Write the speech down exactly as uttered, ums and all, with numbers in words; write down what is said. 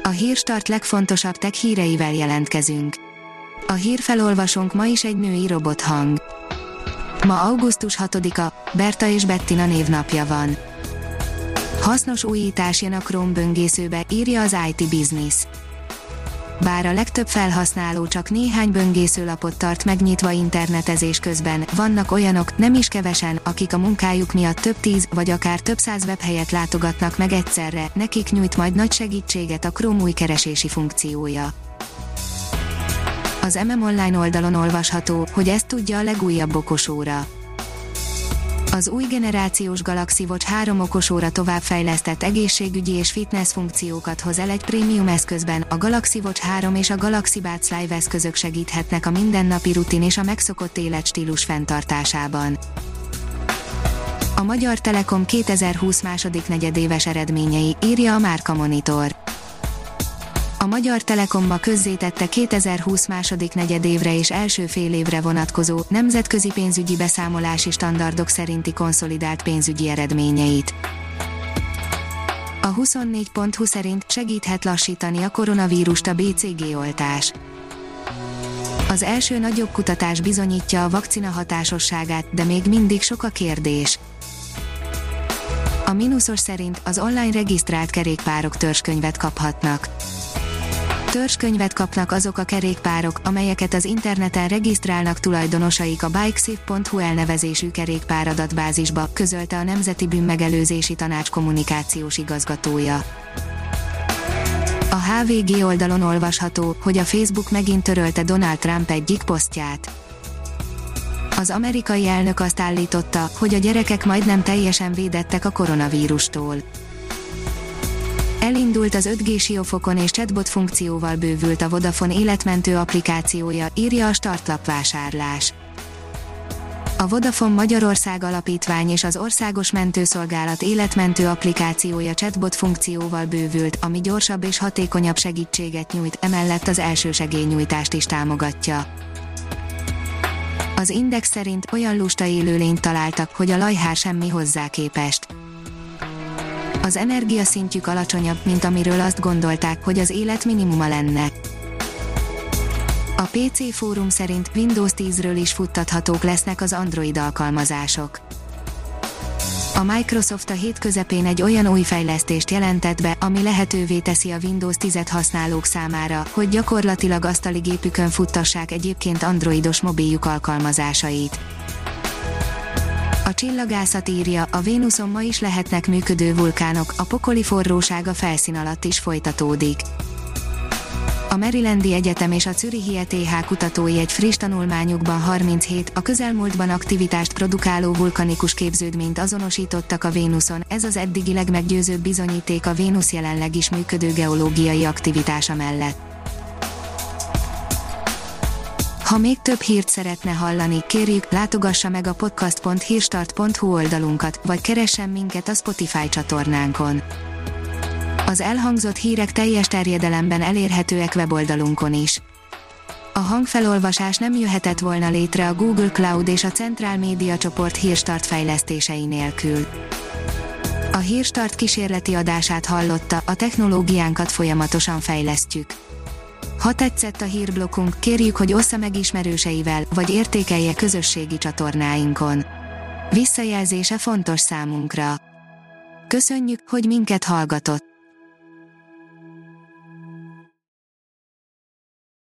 A Hírstart legfontosabb tech híreivel jelentkezünk. A hírfelolvasónk ma is egy női robothang. Ma augusztus hatodika, Berta és Bettina névnapja van. Hasznos újítás jön a Chrome böngészőbe, írja az i té Business. Bár a legtöbb felhasználó csak néhány böngészőlapot tart megnyitva internetezés közben, vannak olyanok, nem is kevesen, akik a munkájuk miatt több tíz, vagy akár több száz webhelyet látogatnak meg egyszerre, nekik nyújt majd nagy segítséget a Chrome új keresési funkciója. Az em em Online oldalon olvasható, hogy ezt tudja a legújabb okosóra. Az új generációs Galaxy Watch három okosóra továbbfejlesztett egészségügyi és fitness funkciókat hoz el egy prémium eszközben, a Galaxy Watch három és a Galaxy Buds Live eszközök segíthetnek a mindennapi rutin és a megszokott életstílus fenntartásában. A Magyar Telekom kétezer-húsz második negyedéves eredményei, írja a Márka Monitor. A Magyar Telekom ma közzétette kétezer-húsz második negyedévre és első félévre vonatkozó, nemzetközi pénzügyi beszámolási standardok szerinti konszolidált pénzügyi eredményeit. A huszonnégy pont hu szerint segíthet lassítani a koronavírust a bé cé gé oltás. Az első nagyobb kutatás bizonyítja a vakcina hatásosságát, de még mindig sok a kérdés. A Minusos szerint az online regisztrált kerékpárok törzskönyvet kaphatnak. Törzskönyvet kapnak azok a kerékpárok, amelyeket az interneten regisztrálnak tulajdonosaik a bikesafe pont hu elnevezésű kerékpáradatbázisba, közölte a Nemzeti Bűnmegelőzési Tanács kommunikációs igazgatója. A há vé gé oldalon olvasható, hogy a Facebook megint törölte Donald Trump egyik posztját. Az amerikai elnök azt állította, hogy a gyerekek majdnem teljesen védettek a koronavírustól. Elindult az öt G siófokon és chatbot funkcióval bővült a Vodafone életmentő applikációja, írja a Startlap vásárlás. A Vodafone Magyarország Alapítvány és az Országos Mentőszolgálat életmentő applikációja chatbot funkcióval bővült, ami gyorsabb és hatékonyabb segítséget nyújt, emellett az elsősegélynyújtást is támogatja. Az Index szerint olyan lusta élőlényt találtak, hogy a lajhár semmi hozzá képest. Az energiaszintjük alacsonyabb, mint amiről azt gondolták, hogy az élet minimuma lenne. A pé cé Fórum szerint Windows tízről is futtathatók lesznek az Android alkalmazások. A Microsoft a hét közepén egy olyan új fejlesztést jelentett be, ami lehetővé teszi a Windows tízet használók számára, hogy gyakorlatilag asztali gépükön futtassák egyébként androidos mobiljuk alkalmazásait. A Csillagászat írja, a Vénuszon ma is lehetnek működő vulkánok, a pokoli forróság a felszín alatt is folytatódik. A Marylandi Egyetem és a Zürichi e té há kutatói egy friss tanulmányukban harminchét, a közelmúltban aktivitást produkáló vulkanikus képződményt azonosítottak a Vénuszon, ez az eddigi legmeggyőzőbb bizonyíték a Vénusz jelenleg is működő geológiai aktivitása mellett. Ha még több hírt szeretne hallani, kérjük, látogassa meg a podcast pont hírstart pont hu oldalunkat, vagy keressen minket a Spotify csatornánkon. Az elhangzott hírek teljes terjedelemben elérhetőek weboldalunkon is. A hangfelolvasás nem jöhetett volna létre a Google Cloud és a Centrál Média csoport Hírstart fejlesztései nélkül. A Hírstart kísérleti adását hallotta, a technológiánkat folyamatosan fejlesztjük. Ha tetszett a hírblokkunk, kérjük, hogy ossza meg ismerőseivel, vagy értékelje közösségi csatornáinkon. Visszajelzése fontos számunkra. Köszönjük, hogy minket hallgatott!